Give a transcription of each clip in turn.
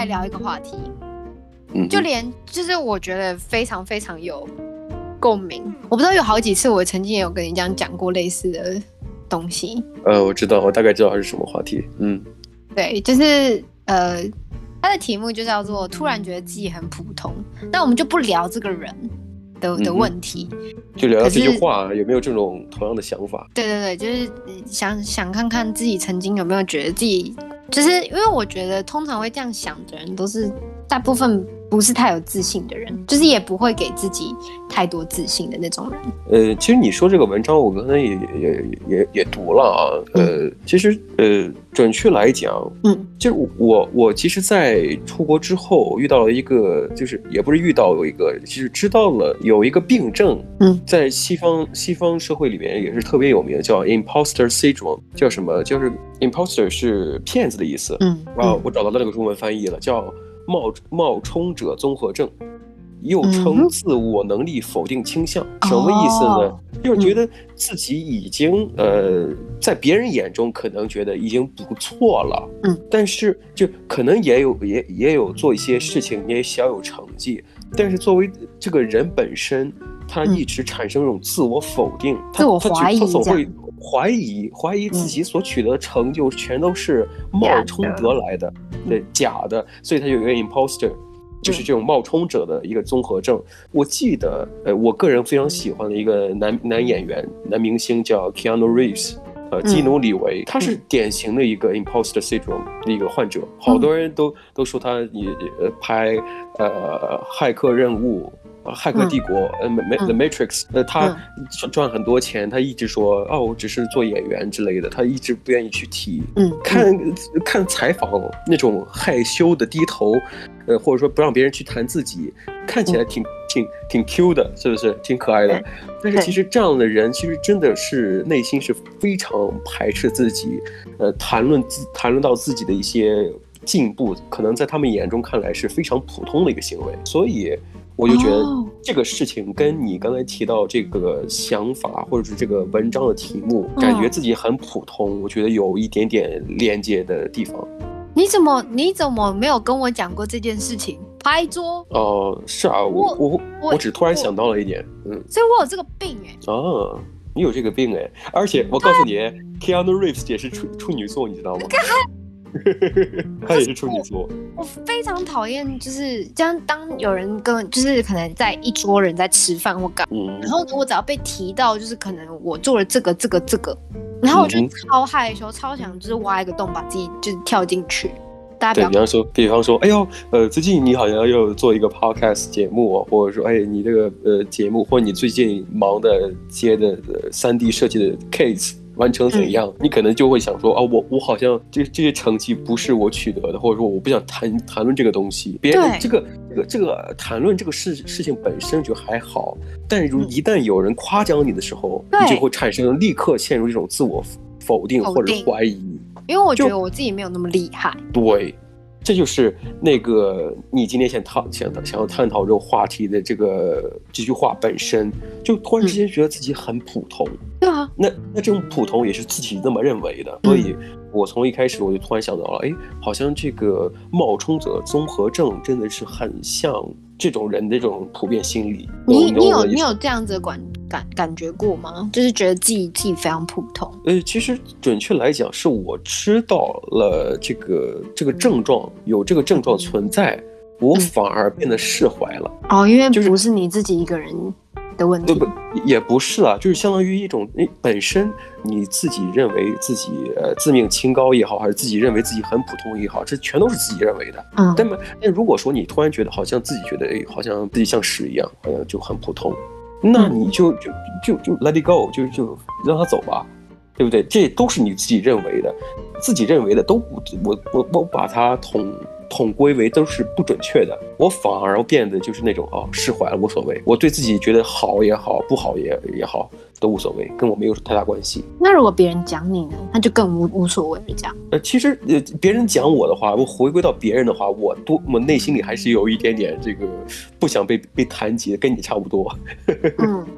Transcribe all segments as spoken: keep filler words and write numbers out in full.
来聊一个话题，嗯，就连就是我觉得非常非常有共鸣。我不知道有好几次我曾经也有跟你这样讲过类似的东西。 呃，我知道，我大概知道它是什么话题。嗯， 对，就是呃，它的题目就叫做突然觉得自己很普通，但我们就不聊这个人的的问题， 嗯，就聊聊这句话有没有这种同样的想法。 对对对，就是想想看看自己曾经有没有觉得自己，就是因为我觉得通常会这样想的人都是大部分不是太有自信的人，就是也不会给自己太多自信的那种人。 呃，其实你说这个文章，我刚才也也也也读了啊。呃，嗯、其实呃，准确来讲，嗯，就是我我其实，在出国之后遇到了一个，就是也不是遇到有一个，其实知道了有一个病症，嗯，在西方西方社会里面也是特别有名的，叫 imposter syndrome， 叫什么？就是 imposter 是骗子的意思，嗯，啊，我找到了那个中文翻译了，叫冒冒充者综合症，又称自我能力否定倾向。嗯、什么意思呢？哦、就是觉得自己已经、嗯、呃，在别人眼中可能觉得已经不错了，嗯，但是就可能也有也也有做一些事情也小有成绩，但是作为这个人本身，他一直产生这种自我否定，嗯、 自我怀疑， 他总会怀疑怀疑自己所取得的成就全都是冒充得来的，嗯、对，假的，所以他有一个 imposter。就是这种冒充者的一个综合症。我记得，呃，我个人非常喜欢的一个男男演员、男明星叫 Keanu Reeves， 呃，基努里维，嗯、他是典型的一个 imposter syndrome 的一个患者。好多人都都说他也呃拍呃骇客任务。骇客帝国，嗯、呃 The Matrix， 呃，他赚很多钱，他一直说哦，我只是做演员之类的，他一直不愿意去提。嗯，看看采访那种害羞的低头，呃，或者说不让别人去谈自己，看起来挺挺挺 Q 的，是不是？挺可爱的。但是其实这样的人，其实真的是内心是非常排斥自己，呃，谈论自谈论到自己的一些进步，可能在他们眼中看来是非常普通的一个行为，所以。我就觉得这个事情跟你刚才提到这个想法，或者是这个文章的题目，感觉自己很普通，我觉得有一点点连接的地方。 你怎么你怎么没有跟我讲过这件事情？拍桌？ 哦、呃，是啊，我我我我只突然想到了一点，嗯， 所以我有这个病哎、欸。 哦，你有这个病哎、欸，而且我告诉你 ，Keanu Reeves 也是处处女座，你知道吗？他也是处女座。 我非常讨厌，就是这样。当有人跟，就是可能在一桌人在吃饭或干，嗯、然后我只要被提到，就是可能我做了这个、这个、这个，然后我就超害羞，超想就是挖一个洞，把自己就是跳进去。大家不要对，比方说，比方说，哎呦，呃，最近你好像又做一个 podcast 节目、哦，或者说，哎，你这个呃节目，或者你最近忙的接的三 D 设计的 case。完成怎样、嗯、你可能就会想说啊，我我好像这这些成绩不是我取得的，或者说我不想谈谈论这个东西，别人这个这个这个谈论这个事事情本身就还好，但如一旦有人夸奖你的时候、嗯、你就会产生立刻陷入这种自我否定或者怀疑， 因为我觉得我自己没有那么厉害。 对，这就是那个你今天想讨想想要探讨这种话题的这个这句话本身，就突然之间觉得自己很普通。嗯、 对啊， 那那这种普通也是自己那么认为的，嗯、所以我从一开始我就突然想到了，哎，好像这个冒充者综合症真的是很像这种人的这种普遍心理。 你你有你有这样子的感感感觉过吗？就是觉得自己自己非常普通。 呃，其实准确来讲，是我知道了这个这个症状有这个症状存在，我反而变得释怀了。 哦，因为不是你自己一个人的问题。 不不，也不是啊，就是相当于一种本身你自己认为自己呃自命清高也好，还是自己认为自己很普通也好，这全都是自己认为的。嗯。但但如果说你突然觉得好像自己觉得哎，好像自己像屎一样，好像就很普通。那你就就就就 let it go， 就就让他走吧，对不对？这都是你自己认为的，自己认为的都我我我把它统统归为都是不准确的，我反而变得就是那种哦释怀了，无所谓，我对自己觉得好也好，不好也也好，都无所谓，跟我没有太大关系。 那如果别人讲你呢，那就更无无所谓了，这样。 呃，其实呃别人讲我的话，我回归到别人的话，我多我内心里还是有一点点这个不想被被谈及，跟你差不多。 嗯，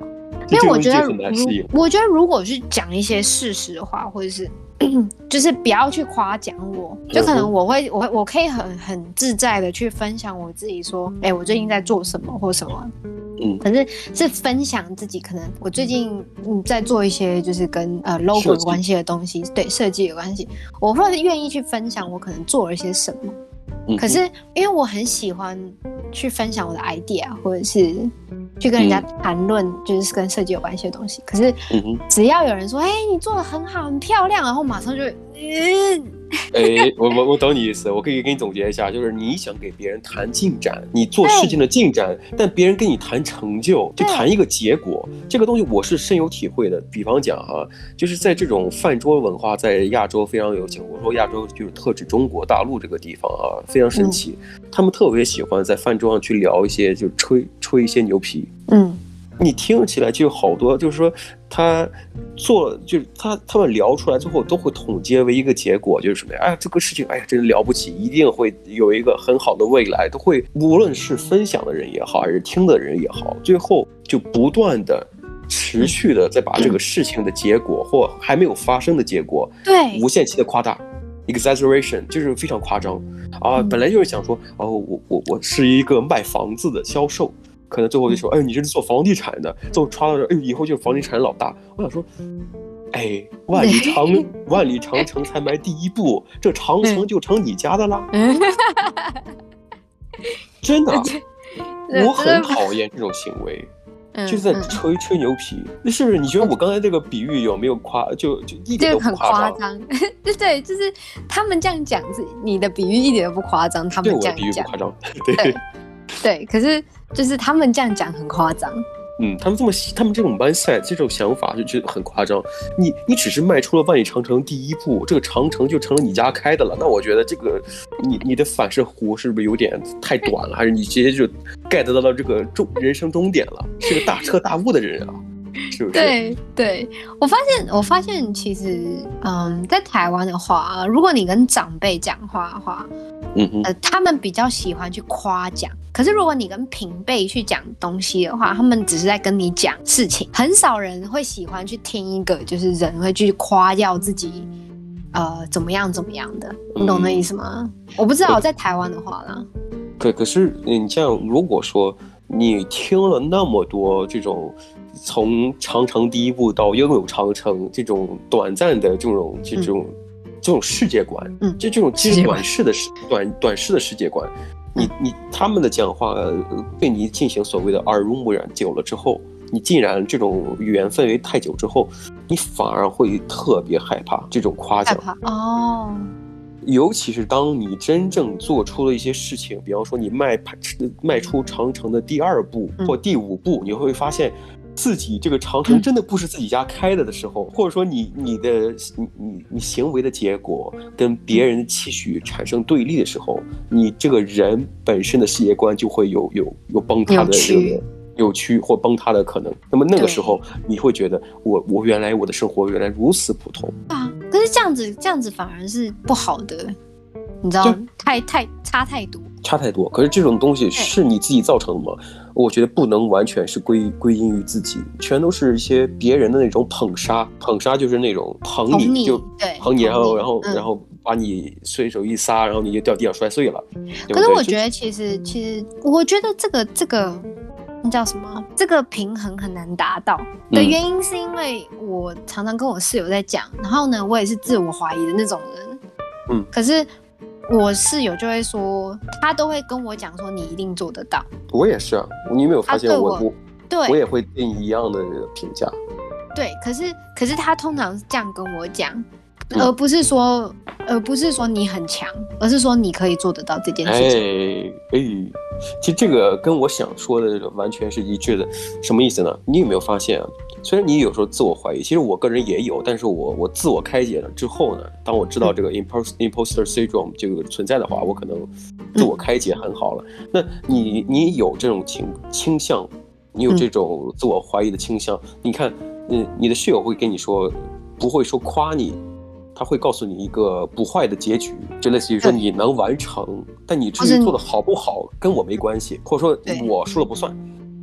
因为我觉得很难适应。 我觉得如果去讲一些事实的话，或者是就是不要去夸奖我，就可能我会我会我可以很很自在的去分享我自己说，哎、欸，我最近在做什么或什么。嗯，可是是分享自己，可能我最近嗯在做一些就是跟呃 logo 有关系的东西，对设计有关系，我会愿意去分享我可能做了一些什么。嗯、可是因为我很喜欢去分享我的 idea， 或者是去跟人家谈论就是跟设计有关系的东西。可是只要有人说，哎、欸，你做的很好，很漂亮，然后马上就嗯。 哎、欸，我我我懂你意思，我可以给你总结一下，就是你想给别人谈进展，你做事情的进展，但别人跟你谈成就，就谈一个结果，这个东西我是深有体会的。比方讲哈，就是在这种饭桌文化在亚洲非常有情，我说亚洲就是特指中国大陆这个地方啊，非常神奇，嗯、他们特别喜欢在饭桌上去聊一些，就吹吹一些牛皮，嗯。你听起来就有好多，就是说他做，就是他他们聊出来之后都会统结为一个结果，就是什么呀？哎，这个事情，哎呀，真了不起，一定会有一个很好的未来，都会，无论是分享的人也好，还是听的人也好，最后就不断的、持续的再把这个事情的结果或还没有发生的结果，对，无限期的夸大。exaggeration 就是非常夸张啊！本来就是想说，哦，我我我是一个卖房子的销售。可能最后就说，哎，你这是做房地产的，最后传到这，哎，以后就是房地产老大。我想说，哎，万里长万里长城才迈第一步，这长城就成你家的啦。真的，我很讨厌这种行为，就是在吹吹牛皮。那是不是？你觉得我刚才这个比喻有没有夸？就就一点都不夸张？ 对对，就是他们这样讲，你的比喻一点都不夸张，他们这样讲， 对我的比喻不夸张，对。 对，可是就是他们这样讲很夸张。 嗯，他们这么，他们这种 mindset 这种想法就觉得很夸张。你你只是迈出了万里长城第一步，这个长城就成了你家开的了。那我觉得这个你你的反射弧是不是有点太短了？还是你直接就 get 到了这个终人生终点了？是个大彻大悟的人啊，是不是？ 对对，我发现我发现其实，嗯，在台湾的话，如果你跟长辈讲话的话，嗯哼，呃，他们比较喜欢去夸奖。可是如果你跟平辈去讲东西的话，他们只是在跟你讲事情，很少人会喜欢去听一个就是人会去夸耀自己，呃，怎么样怎么样的，你懂那意思吗？嗯、我不知道在台湾的话啦。 可可是你像如果说你听了那么多这种从长城第一步到拥有长城这种短暂的这种这种、嗯、这种世界观，嗯，就这种其实短视的短短视的世界观。你你他们的讲话、呃、被你进行所谓的耳濡目染久了之后，你浸染这种语言氛围太久之后，你反而会特别害怕这种夸奖哦。尤其是当你真正做出了一些事情，比方说你迈迈出长城的第二步或第五步，嗯、你会发现自己这个长城真的不是自己家开的的时候，嗯、或者说你你的你你你行为的结果跟别人的期许产生对立的时候，你这个人本身的世界观就会有有有崩塌的这个扭曲或崩塌的可能。那么那个时候你会觉得我我原来我的生活原来如此普通啊，可是这样子这样子反而是不好的，你知道太太差太多。 差太多，可是这种东西是你自己造成的吗？我觉得不能完全是归归因于自己，全都是一些别人的那种捧杀。捧杀就是那种捧你， 你就捧你，然后然后、嗯、然后把你随手一撒，然后你就掉地上摔碎了。 可是我觉得其实其实我觉得这个这个那叫什么？这个平衡很难达到的原因是因为我常常跟我室友在讲，然后呢，我也是自我怀疑的那种人。嗯，可是。我室友就会说，他都会跟我讲说，你一定做得到。 我也是啊，你有没有发现我我对我也会对你一样的评价。 对，可是可是他通常是这样跟我讲，嗯、而不是说而不是说你很强，而是说你可以做得到这件事情。 哎哎，其实这个跟我想说的完全是一致的。什么意思呢？你有没有发现啊？虽然你有时候自我怀疑，其实我个人也有，但是我我自我开解了之后呢，当我知道这个 imposter syndrome 这个存在的话，我可能自我开解很好了。嗯、那你你有这种倾倾向，你有这种自我怀疑的倾向，嗯、你看，嗯，你的室友会跟你说，不会说夸你。他会告诉你一个不坏的结局，就类似于说你能完成，但你至于做的好不好跟我没关系，或者说我说了不算。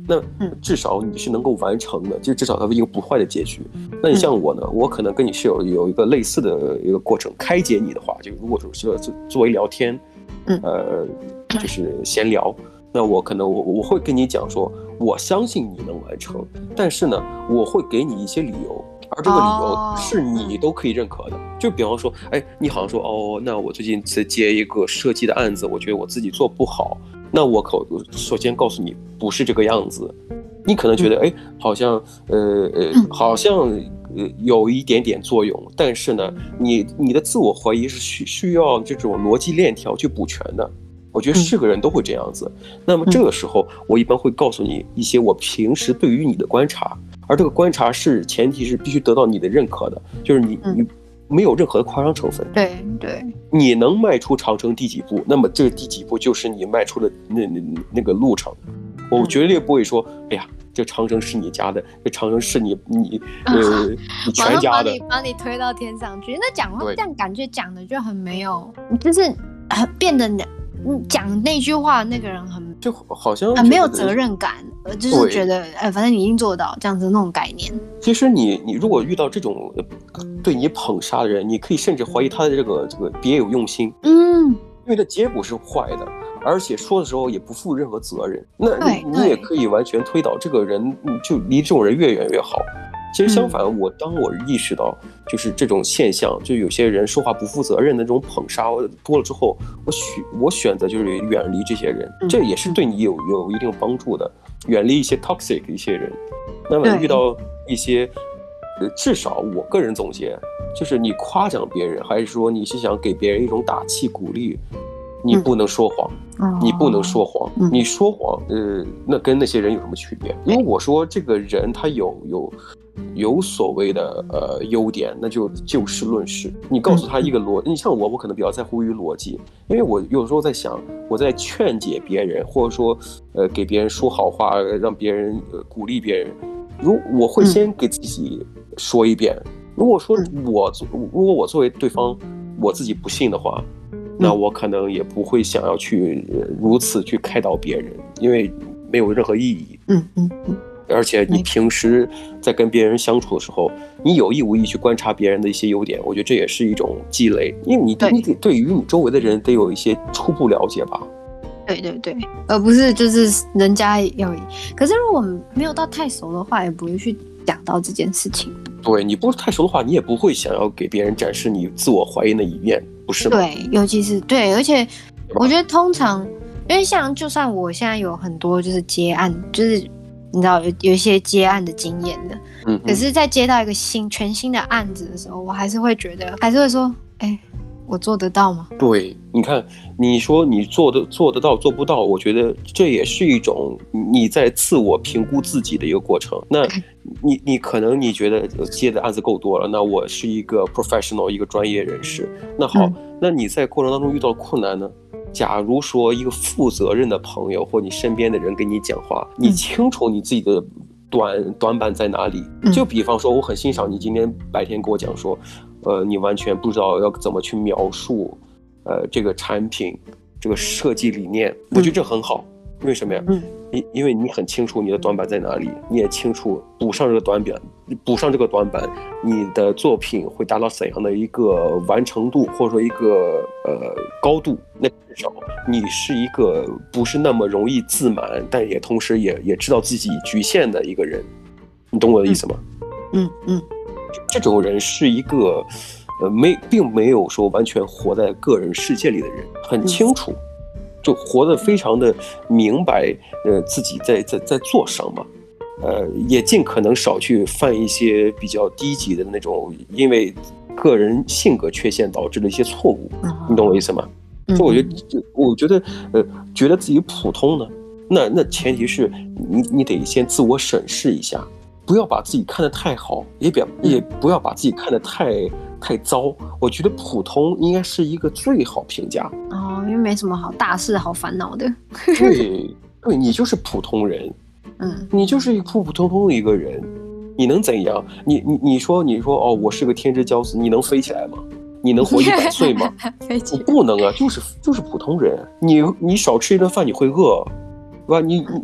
那至少你是能够完成的，就至少它是一个不坏的结局。那你像我呢，我可能跟你是有有一个类似的一个过程。开解你的话，就如果说是作为聊天，呃，就是闲聊，那我可能我我会跟你讲说，我相信你能完成，但是呢，我会给你一些理由。而这个理由是你都可以认可的， oh. 就比方说，哎，你好像说，哦，那我最近在接一个设计的案子，我觉得我自己做不好，那我可首先告诉你，不是这个样子。你可能觉得，哎，好像，呃呃，好像呃有一点点作用，但是呢，你你的自我怀疑是需需要这种逻辑链条去补全的。我觉得是个人都会这样子。那么这个时候，我一般会告诉你一些我平时对于你的观察。而这个观察是前提是必须得到你的认可的，就是你、嗯、你没有任何的夸张成分。 对对， 你能迈出长城第几步，那么这第几步就是你迈出的那那那个路程。我绝对不会说，嗯、哎呀，这长城是你家的，这长城是你你呃你全家的， 把你把你推到天上去。那讲话这样感觉讲的就很没有，就是很变得讲那句话那个人很就好像很没有责任感，就是觉得哎，反正你已经做到这样子那种概念。 其实你你如果遇到这种对你捧杀的人，你可以甚至怀疑他的这个这个别有用心， 嗯，因为他结果是坏的，而且说的时候也不负任何责任。那你你也可以完全推导这个人，就离这种人越远越好。其实相反，嗯、我当我意识到就是这种现象，就有些人说话不负责任的那种捧杀多了之后，我选我选择就是远离这些人，嗯、这也是对你有有一定帮助的，远离一些 toxic 一些人。那么遇到一些，呃，至少我个人总结，就是你夸奖别人，还是说你是想给别人一种打气鼓励，你不能说谎。嗯你不能说谎，嗯、你说谎，呃，那跟那些人有什么区别？如果说这个人他有有有所谓的呃优点，那就就事论事。你告诉他一个逻，嗯、你像我，我可能比较在乎于逻辑，因为我有时候在想，我在劝解别人，或者说呃给别人说好话，让别人、呃、鼓励别人，如我会先给自己说一遍。嗯、如果说我如果我作为对方，我自己不信的话。那我可能也不会想要去如此去开导别人，因为没有任何意义。 嗯嗯嗯。 而且你平时在跟别人相处的时候，你有意无意去观察别人的一些优点，我觉得这也是一种积累，因为你你得对于你周围的人得有一些初步了解吧。 对对对，而不是就是人家有，可是如果没有到太熟的话，也不会去讲到这件事情。 对，你不是太熟的话，你也不会想要给别人展示你自我怀疑的一面，不是吗？ 对，尤其是对，而且我觉得通常，因为像就算我现在有很多就是接案，就是你知道有有一些接案的经验的，嗯，可是在接到一个新全新的案子的时候，我还是会觉得，还是会说，哎。我做得到吗？ 对，你看，你说你做得做得到，做不到，我觉得这也是一种你在自我评估自己的一个过程。那你你可能你觉得接的案子够多了，那我是一个 professional 一个专业人士。那好，嗯、那你在过程当中遇到困难呢？假如说一个负责任的朋友或你身边的人跟你讲话，你清楚你自己的短短板在哪里？就比方说，我很欣赏你今天白天跟我讲说。呃，你完全不知道要怎么去描述，呃，这个产品，这个设计理念，我觉得这很好。嗯、为什么呀？嗯，因因为你很清楚你的短板在哪里，你也清楚补上这个短板，补上这个短板，你的作品会达到怎样的一个完成度，或者说一个呃高度。那至少你是一个不是那么容易自满，但也同时也也知道自己局限的一个人。你懂我的意思吗？ 嗯嗯。嗯这种人是一个，呃，没，并没有说完全活在个人世界里的人，很清楚，就活得非常的明白，呃，自己在在在做什么，呃，也尽可能少去犯一些比较低级的那种，因为个人性格缺陷导致的一些错误，你懂我意思吗？所以我觉得，我觉得，呃，觉得自己普通呢，那那前提是你你得先自我审视一下。不要把自己看得太好，也别也不要把自己看得太太糟。我觉得普通应该是一个最好评价哦，因为没什么好大事好烦恼的。 对，对你就是普通人，嗯，你就是一个普普通通的一个人，你能怎样？你你你说你说哦，我是个天之骄子，你能飞起来吗？你能活一百岁吗？ 飞起来不能啊，就是就是普通人。你你少吃一顿饭你会饿，是吧？你你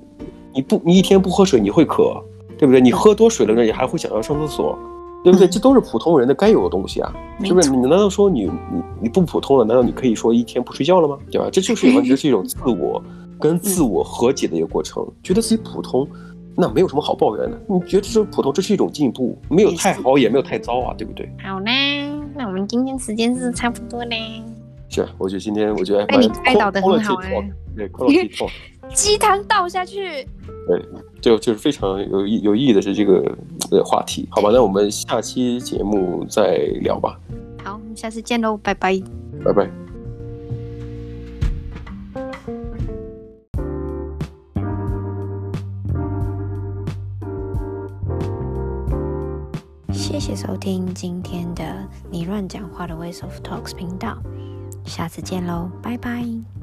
你不你一天不喝水你会渴，对不对？你喝多水了呢，你还会想要上厕所，对不对？这都是普通人的该有的东西啊，是不是？你难道说你你你不普通了？难道你可以说一天不睡觉了吗？对吧？这就是完全是一种自我跟自我和解的一个过程，觉得自己普通。那没有什么好抱怨的，你觉得这是普通，这是一种进步，没有太好，也没有太糟啊，对不对？ 好啦，那我们今天时间是差不多嘞。 是，我觉得今天我觉得被你开导的很好哎， 对，扣了鸡汤， 鸡汤倒下去。 对，就就是非常有意有意义的是这个呃话题，好吧？那我们下期节目再聊吧。 好，我们下次见喽，拜拜， 拜拜。 谢谢收听今天的你乱讲话的 Ways of Talks 频道，下次见喽，拜拜。